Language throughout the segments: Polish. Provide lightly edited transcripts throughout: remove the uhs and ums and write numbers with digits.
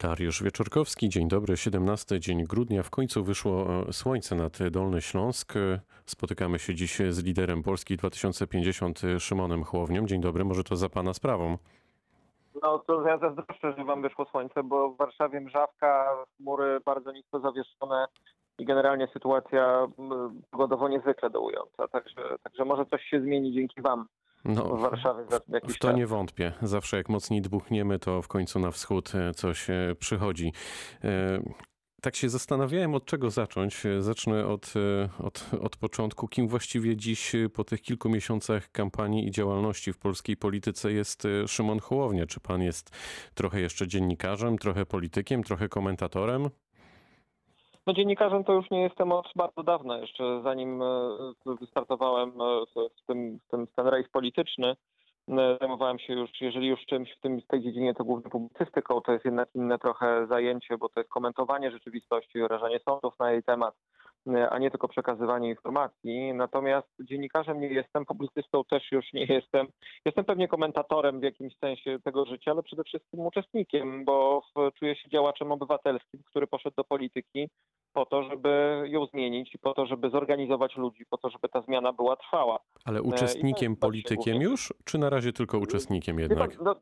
Dariusz Wieczorkowski, dzień dobry, 17 dzień grudnia. W końcu wyszło słońce nad Dolny Śląsk. Spotykamy się dziś z liderem Polski 2050 Szymonem Hołownią. Dzień dobry, może to za pana sprawą. No to ja zazdroszczę, że wam wyszło słońce, bo w Warszawie mrzawka, chmury bardzo nisko zawieszone i generalnie sytuacja pogodowo niezwykle dołująca. Także może coś się zmieni dzięki wam No, w Warszawie za jakiś w to czas. nie wątpię. Zawsze jak mocniej dmuchniemy, to w końcu na wschód coś przychodzi. Tak się zastanawiałem, od czego zacząć. Zacznę od początku. Kim właściwie dziś po tych kilku miesiącach kampanii i działalności w polskiej polityce jest Szymon Hołownia? Czy pan jest trochę jeszcze dziennikarzem, trochę politykiem, trochę komentatorem? No dziennikarzem to już nie jestem od bardzo dawna, jeszcze zanim wystartowałem w ten rejs polityczny. Zajmowałem się już, jeżeli już czymś w tej dziedzinie, to głównie publicystyką, to jest jednak inne trochę zajęcie, bo to jest komentowanie rzeczywistości, wyrażanie sądów na jej temat, a nie tylko przekazywanie informacji. Natomiast dziennikarzem nie jestem, publicystą też już nie jestem. Jestem pewnie komentatorem w jakimś sensie tego życia, ale przede wszystkim uczestnikiem, bo czuję się działaczem obywatelskim, który poszedł do polityki po to, żeby ją zmienić i po to, żeby zorganizować ludzi, po to, żeby ta zmiana była trwała. Ale I to uczestnikiem, jest politykiem głównie. już? Czy na razie tylko uczestnikiem Wie pan, jednak? no,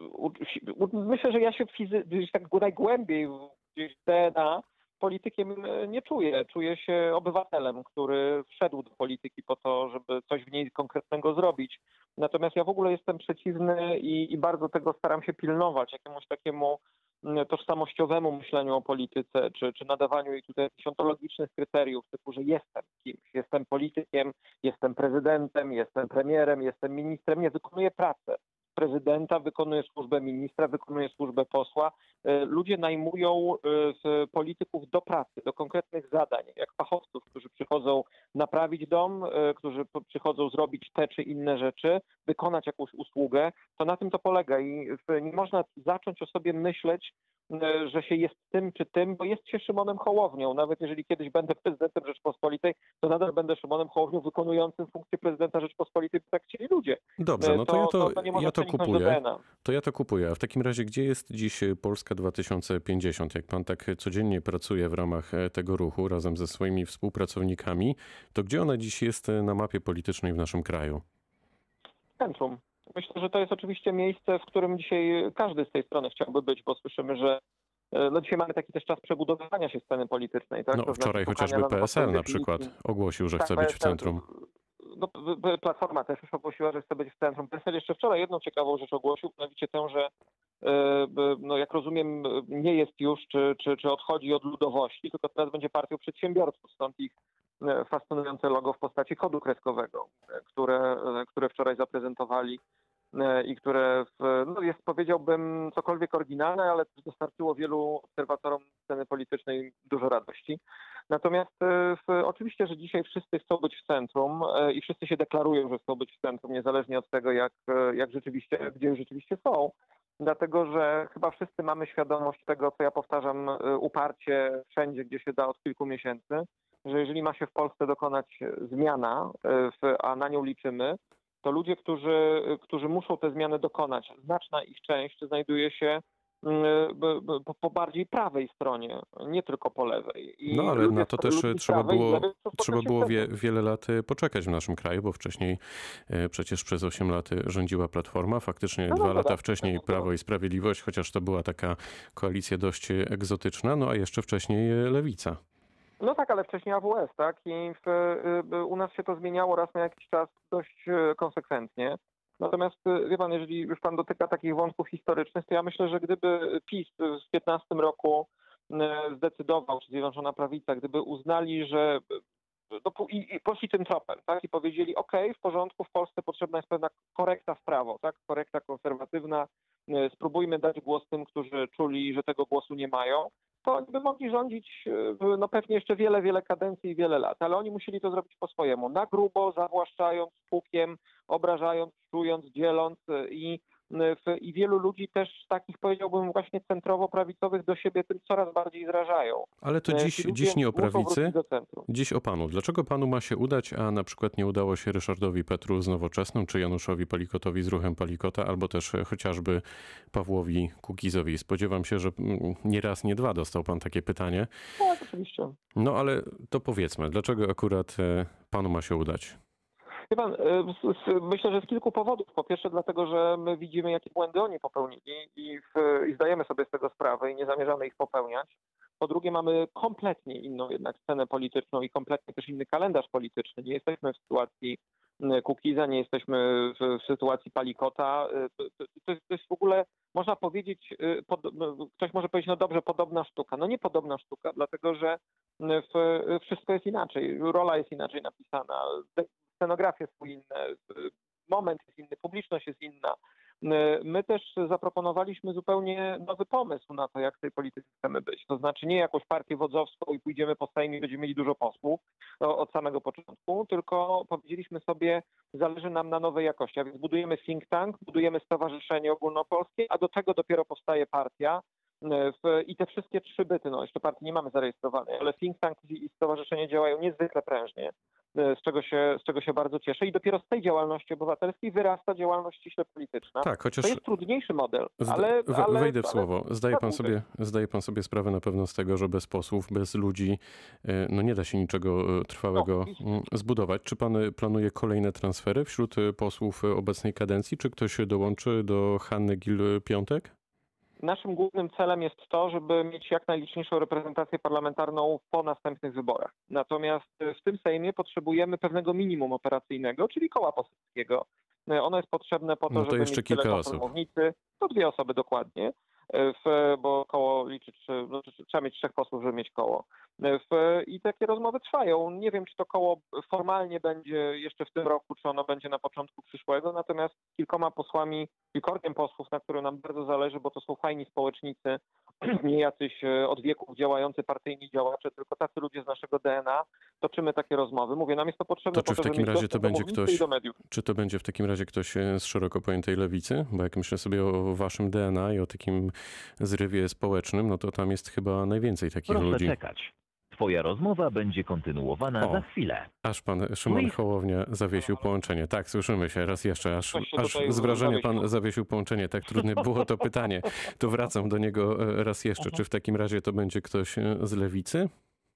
myślę, że ja się gdzieś tak najgłębiej, gdzieś w DNA politykiem nie czuję. Czuję się obywatelem, który wszedł do polityki po to, żeby coś w niej konkretnego zrobić. Natomiast ja w ogóle jestem przeciwny i bardzo tego staram się pilnować, jakiemuś takiemu tożsamościowemu myśleniu o polityce, czy nadawaniu jej tutaj jakichś ontologicznych kryteriów, typu, że jestem kimś, jestem politykiem, jestem prezydentem, jestem premierem, jestem ministrem. Nie, wykonuję pracę prezydenta, wykonuje służbę ministra, wykonuje służbę posła. Ludzie najmują polityków do pracy, do konkretnych zadań, jak fachowców, którzy przychodzą naprawić dom, którzy przychodzą zrobić te czy inne rzeczy, wykonać jakąś usługę. To na tym to polega i nie można zacząć o sobie myśleć, że się jest tym czy tym, bo jest się Szymonem Hołownią. Nawet jeżeli kiedyś będę prezydentem Rzeczpospolitej, to nadal będę Szymonem Hołownią wykonującym funkcję prezydenta Rzeczpospolitej, bo tak chcieli ludzie. Dobrze, no to To nie może ja to przeniknąć do kupuję. DNA. To ja to kupuję. A w takim razie, gdzie jest dziś Polska 2050? Jak pan tak codziennie pracuje w ramach tego ruchu razem ze swoimi współpracownikami, to gdzie ona dziś jest na mapie politycznej w naszym kraju? Centrum. Myślę, że to jest oczywiście miejsce, w którym dzisiaj każdy z tej strony chciałby być, bo słyszymy, że no dzisiaj mamy taki też czas przebudowywania się sceny politycznej. Tak? No To znaczy wczoraj szukania chociażby nowych PSL na definicji. przykład ogłosił, że Tak, chce być w PSL, centrum. no, Platforma też już ogłosiła, że chce być w centrum. PSL jeszcze wczoraj jedną ciekawą rzecz ogłosił, mianowicie tę, że no jak rozumiem, nie jest już, czy odchodzi od ludowości, tylko teraz będzie partią przedsiębiorców, stąd ich fascynujące logo w postaci kodu kreskowego, które wczoraj zaprezentowali i które jest, powiedziałbym, cokolwiek oryginalne, ale też dostarczyło wielu obserwatorom sceny politycznej dużo radości. Natomiast oczywiście, że dzisiaj wszyscy chcą być w centrum i wszyscy się deklarują, że chcą być w centrum, niezależnie od tego, gdzie rzeczywiście są. Dlatego, że chyba wszyscy mamy świadomość tego, co ja powtarzam uparcie wszędzie, gdzie się da od kilku miesięcy, że jeżeli ma się w Polsce dokonać zmiana, a na nią liczymy, to ludzie, którzy muszą te zmiany dokonać, znaczna ich część znajduje się po bardziej prawej stronie, nie tylko po lewej. I No ale na to też ludzi z trzeba prawej i z było, lewej chcą trzeba spotkać się w było centrum. wiele lat poczekać w naszym kraju, bo wcześniej przecież przez 8 lat rządziła Platforma, faktycznie No 2 to lata tak, wcześniej Prawo i Sprawiedliwość, chociaż to była taka koalicja dość egzotyczna, no a jeszcze wcześniej Lewica. No tak, ale wcześniej AWS, tak? I u nas się to zmieniało raz na jakiś czas dość konsekwentnie. Natomiast wie pan, jeżeli już pan dotyka takich wątków historycznych, to ja myślę, że gdyby PiS w 15 roku zdecydował, czy Zjednoczona Prawica, gdyby uznali, że i poszli tym tropem, tak? I powiedzieli, w porządku, w Polsce potrzebna jest pewna korekta w prawo, tak? Korekta konserwatywna, spróbujmy dać głos tym, którzy czuli, że tego głosu nie mają, to oni by mogli rządzić pewnie jeszcze wiele, wiele kadencji i wiele lat, ale oni musieli to zrobić po swojemu, na grubo, zawłaszczając, hukiem, obrażając, czując, dzieląc i i wielu ludzi też takich, powiedziałbym, właśnie centrowo-prawicowych do siebie tym coraz bardziej zrażają. Ale to Ci ludzie dziś nie o muszą prawicy, wrócić do centrum. dziś o panu. Dlaczego panu ma się udać, a na przykład nie udało się Ryszardowi Petru z Nowoczesną, czy Januszowi Palikotowi z Ruchem Palikota, albo też chociażby Pawłowi Kukizowi? Spodziewam się, że nie raz, nie dwa dostał pan takie pytanie. Tak, oczywiście. No ale to powiedzmy, dlaczego akurat panu ma się udać? Wie pan, myślę, że z kilku powodów. Po pierwsze dlatego, że my widzimy, jakie błędy oni popełnili i zdajemy sobie z tego sprawę i nie zamierzamy ich popełniać. Po drugie, mamy kompletnie inną jednak scenę polityczną i kompletnie też inny kalendarz polityczny. Nie jesteśmy w sytuacji Kukiza, nie jesteśmy w sytuacji Palikota. To jest w ogóle, można powiedzieć, ktoś może powiedzieć, no dobrze, podobna sztuka. No nie podobna sztuka, dlatego że wszystko jest inaczej. Rola jest inaczej napisana, scenografie są inne, moment jest inny, publiczność jest inna. My też zaproponowaliśmy zupełnie nowy pomysł na to, jak w tej polityce chcemy być. To znaczy nie jakąś partię wodzowską i pójdziemy po Sejmie i będziemy mieli dużo posłów od samego początku, tylko powiedzieliśmy sobie, zależy nam na nowej jakości. A więc budujemy think tank, budujemy stowarzyszenie ogólnopolskie, a do tego dopiero powstaje partia. I te wszystkie trzy byty, no jeszcze partii nie mamy zarejestrowanej, ale think tank i stowarzyszenie działają niezwykle prężnie, z czego się bardzo cieszę i dopiero z tej działalności obywatelskiej wyrasta działalność ściśle polityczna. Tak, chociaż to jest trudniejszy model, wejdę w słowo. Zdaje pan sobie sprawę na pewno z tego, że bez posłów, bez ludzi no nie da się niczego trwałego zbudować. Czy pan planuje kolejne transfery wśród posłów obecnej kadencji? Czy ktoś dołączy do Hanny Gill-Piątek? Naszym głównym celem jest to, żeby mieć jak najliczniejszą reprezentację parlamentarną po następnych wyborach. Natomiast w tym Sejmie potrzebujemy pewnego minimum operacyjnego, czyli koła poselskiego. Ono jest potrzebne po to, żeby jeszcze mieć tyle kilka posłów osób. mównicy, to 2 osoby dokładnie, bo koło liczy, trzeba mieć 3 posłów, żeby mieć koło. I takie rozmowy trwają. Nie wiem, czy to koło formalnie będzie jeszcze w tym roku, czy ono będzie na początku przyszłego, natomiast kilkorgiem posłów, na którym nam bardzo zależy, bo to są fajni społecznicy, nie jacyś od wieków działający partyjni działacze, tylko tacy ludzie z naszego DNA, toczymy takie rozmowy. Mówię, nam jest to potrzebne To czy po to, w takim razie to będzie ktoś, do mediów. czy to będzie w takim razie ktoś z szeroko pojętej lewicy? Bo jak myślę sobie o waszym DNA i o takim zrywie społecznym, no to tam jest chyba najwięcej takich Proszę ludzi. czekać. Twoja rozmowa będzie kontynuowana za chwilę. Aż pan Szymon Hołownia zawiesił połączenie. Tak, słyszymy się raz jeszcze, aż z wrażenia pan zawiesił połączenie. Tak trudne było to pytanie. To wracam do niego raz jeszcze. Czy w takim razie to będzie ktoś z lewicy?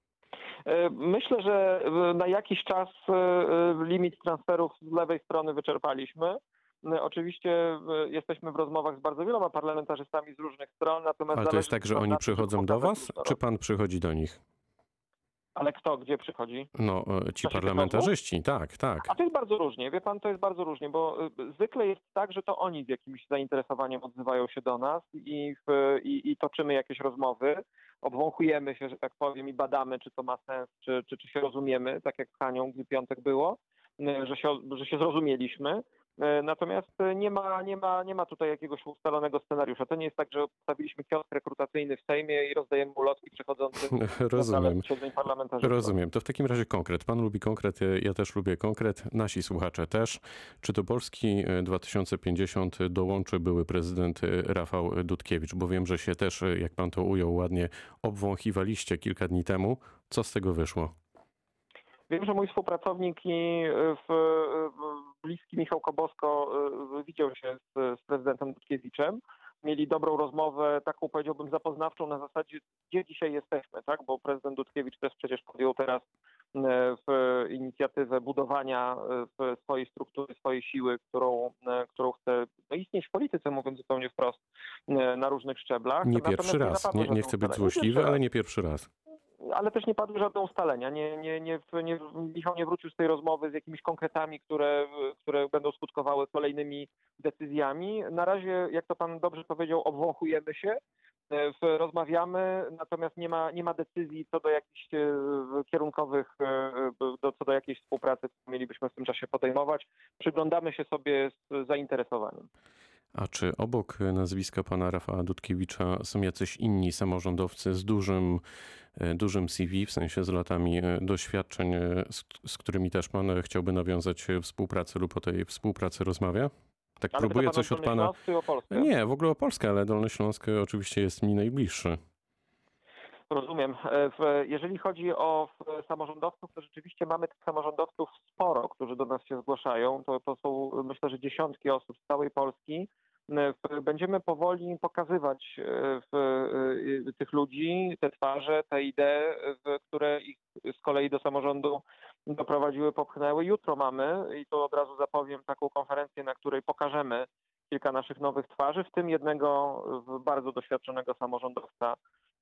Myślę, że na jakiś czas limit transferów z lewej strony wyczerpaliśmy. Oczywiście jesteśmy w rozmowach z bardzo wieloma parlamentarzystami z różnych stron, natomiast... Ale to jest tak, że oni przychodzą do was, czy pan przychodzi do nich? Ale kto, gdzie przychodzi? No, ci parlamentarzyści, tak. A to jest bardzo różnie, wie pan, to jest bardzo różnie, bo zwykle jest tak, że to oni z jakimś zainteresowaniem odzywają się do nas i toczymy jakieś rozmowy, obwąchujemy się, że tak powiem, i badamy, czy to ma sens, czy się rozumiemy, tak jak z Hanią Gill-Piątek było, że się zrozumieliśmy. Natomiast nie ma tutaj jakiegoś ustalonego scenariusza. To nie jest tak, że postawiliśmy kiosk rekrutacyjny w Sejmie i rozdajemy ulotki przechodzącym Rozumiem. siedzeń parlamentarzystów. Rozumiem. To w takim razie konkret. Pan lubi konkret, ja też lubię konkret. Nasi słuchacze też. Czy do Polski 2050 dołączy były prezydent Rafał Dudkiewicz? Bo wiem, że się też, jak pan to ujął ładnie, obwąchiwaliście kilka dni temu. Co z tego wyszło? Wiem, że mój współpracownik i bliski Michał Kobosko widział się z prezydentem Dudkiewiczem. Mieli dobrą rozmowę, taką powiedziałbym zapoznawczą na zasadzie, gdzie dzisiaj jesteśmy, tak? Bo prezydent Dudkiewicz też przecież podjął teraz w inicjatywę budowania swojej struktury, swojej siły, którą chce istnieć w polityce, mówiąc zupełnie wprost, na różnych szczeblach. Nie pierwszy raz. Nie chcę być złośliwy, ale nie pierwszy raz. Ale też nie padły żadne ustalenia. Michał nie wrócił z tej rozmowy z jakimiś konkretami, które będą skutkowały kolejnymi decyzjami. Na razie, jak to pan dobrze powiedział, obwąchujemy się, rozmawiamy, natomiast nie ma decyzji co do jakichś kierunkowych, co do jakiejś współpracy, którą mielibyśmy w tym czasie podejmować. Przyglądamy się sobie z zainteresowaniem. A czy obok nazwiska pana Rafała Dudkiewicza są jacyś inni samorządowcy z dużym CV, w sensie z latami doświadczeń, z którymi też pan chciałby nawiązać współpracę lub o tej współpracy rozmawia? tak Ale próbuję pyta pan coś o od Dolny pana. Śląsk czy o Polskę? Nie, w ogóle o Polskę, ale Dolny Śląsk oczywiście jest mi najbliższy. Rozumiem. Jeżeli chodzi o samorządowców, to rzeczywiście mamy tych samorządowców sporo, którzy do nas się zgłaszają. To są, myślę, że dziesiątki osób z całej Polski. Będziemy powoli pokazywać tych ludzi, te twarze, te idee, które ich z kolei do samorządu doprowadziły, popchnęły. Jutro mamy, i to od razu zapowiem, taką konferencję, na której pokażemy kilka naszych nowych twarzy, w tym jednego bardzo doświadczonego samorządowca,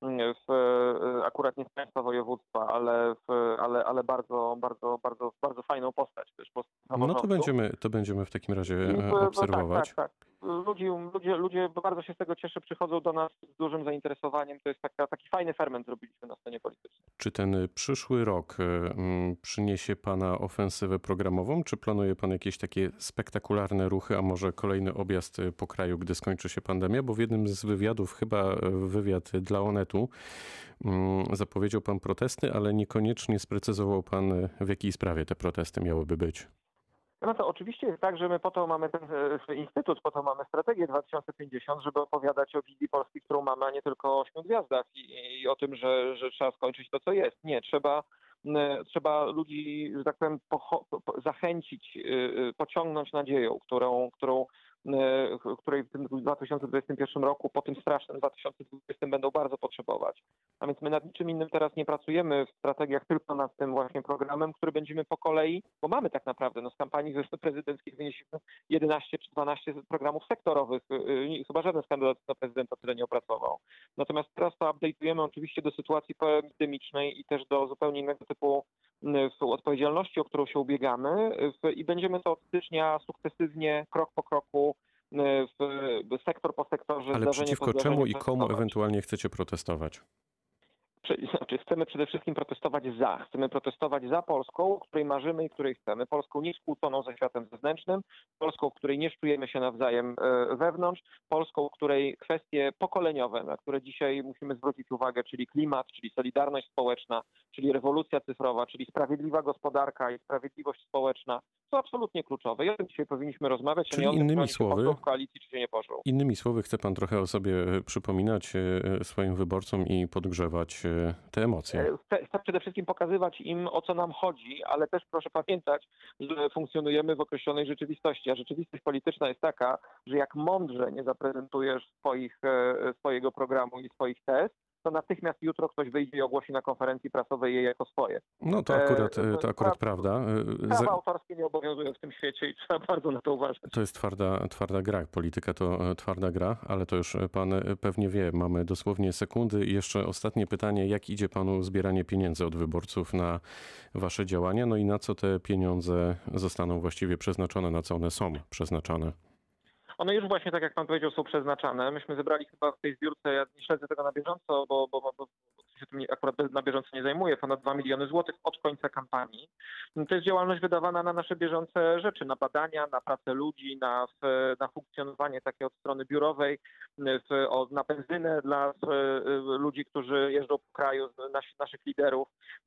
akurat nie z państwa województwa, ale bardzo, bardzo, bardzo, bardzo fajną postać też No samorządu. to będziemy w takim razie obserwować. Tak. Ludzie bardzo się z tego cieszę, przychodzą do nas z dużym zainteresowaniem. To jest taki fajny ferment zrobiliśmy na scenie politycznej. Czy ten przyszły rok przyniesie pana ofensywę programową, czy planuje pan jakieś takie spektakularne ruchy, a może kolejny objazd po kraju, gdy skończy się pandemia? Bo w jednym z wywiadów, chyba wywiad dla Onetu, zapowiedział pan protesty, ale niekoniecznie sprecyzował pan, w jakiej sprawie te protesty miałyby być. No to oczywiście jest tak, że my po to mamy ten instytut, po to mamy strategię 2050, żeby opowiadać o wizji Polski, którą mamy, a nie tylko o 8 gwiazdach i o tym, że trzeba skończyć to, co jest. Nie, trzeba ludzi, że tak powiem, zachęcić, pociągnąć nadzieją, której w tym 2021 roku, po tym strasznym 2020 będą bardzo potrzebować. A więc my nad niczym innym teraz nie pracujemy w strategiach, tylko nad tym właśnie programem, który będziemy po kolei, bo mamy tak naprawdę, z kampanii prezydenckich wynieśliśmy 11 czy 12 programów sektorowych. Chyba żaden z kandydatów na prezydenta tyle nie opracował. Natomiast teraz to update'ujemy oczywiście do sytuacji poepidemicznej i też do zupełnie innego typu odpowiedzialności, o którą się ubiegamy i będziemy to od stycznia sukcesywnie, krok po kroku, sektor po sektorze. Ale przeciwko czemu i komu ewentualnie chcecie protestować? Chcemy przede wszystkim protestować za. Chcemy protestować za Polską, o której marzymy i której chcemy. Polską nieskłóconą ze światem zewnętrznym, Polską, w której nie czujemy się nawzajem wewnątrz, Polską, w której kwestie pokoleniowe, na które dzisiaj musimy zwrócić uwagę, czyli klimat, czyli solidarność społeczna, czyli rewolucja cyfrowa, czyli sprawiedliwa gospodarka i sprawiedliwość społeczna, są absolutnie kluczowe. I o tym dzisiaj powinniśmy rozmawiać, czyli a nie o tym, innymi czy słowy, w koalicji, czy się nie poszło. Innymi słowy, chce pan trochę o sobie przypominać swoim wyborcom i podgrzewać te emocje. Chcę przede wszystkim pokazywać im, o co nam chodzi, ale też proszę pamiętać, że funkcjonujemy w określonej rzeczywistości, a rzeczywistość polityczna jest taka, że jak mądrze nie zaprezentujesz swojego programu i swoich tez, to natychmiast jutro ktoś wyjdzie i ogłosi na konferencji prasowej je jako swoje. No to akurat prawda. Prawa autorskie nie obowiązują w tym świecie i trzeba bardzo na to uważać. To jest twarda gra. Polityka to twarda gra, ale to już pan pewnie wie. Mamy dosłownie sekundy. I jeszcze ostatnie pytanie. Jak idzie panu zbieranie pieniędzy od wyborców na wasze działania? No i na co te pieniądze zostaną właściwie przeznaczone? Na co one są przeznaczane? One już właśnie, tak jak pan powiedział, są przeznaczane. Myśmy zebrali chyba w tej zbiórce, ja nie śledzę tego na bieżąco, bo się tym akurat na bieżąco nie zajmuje, ponad 2 miliony złotych od końca kampanii. To jest działalność wydawana na nasze bieżące rzeczy, na badania, na pracę ludzi, na funkcjonowanie takie od strony biurowej, na benzynę dla ludzi, którzy jeżdżą po kraju, naszych liderów.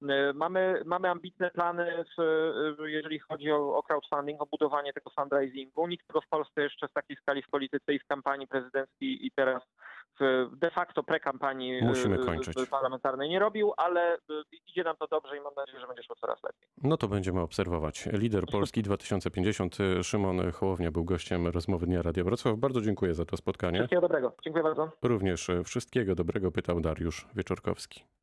Mamy ambitne plany, jeżeli chodzi o crowdfunding, o budowanie tego fundraisingu. Nikt tego w Polsce jeszcze z takiej skali w polityce i w kampanii prezydenckiej i teraz de facto prekampanii parlamentarnej nie robił, ale idzie nam to dobrze i mam nadzieję, że będzie szło coraz lepiej. No to będziemy obserwować. Lider Polski 2050, Szymon Hołownia był gościem rozmowy Dnia Radia Wrocław. Bardzo dziękuję za to spotkanie. Wszystkiego dobrego. Dziękuję bardzo. Również wszystkiego dobrego pytał Dariusz Wieczorkowski.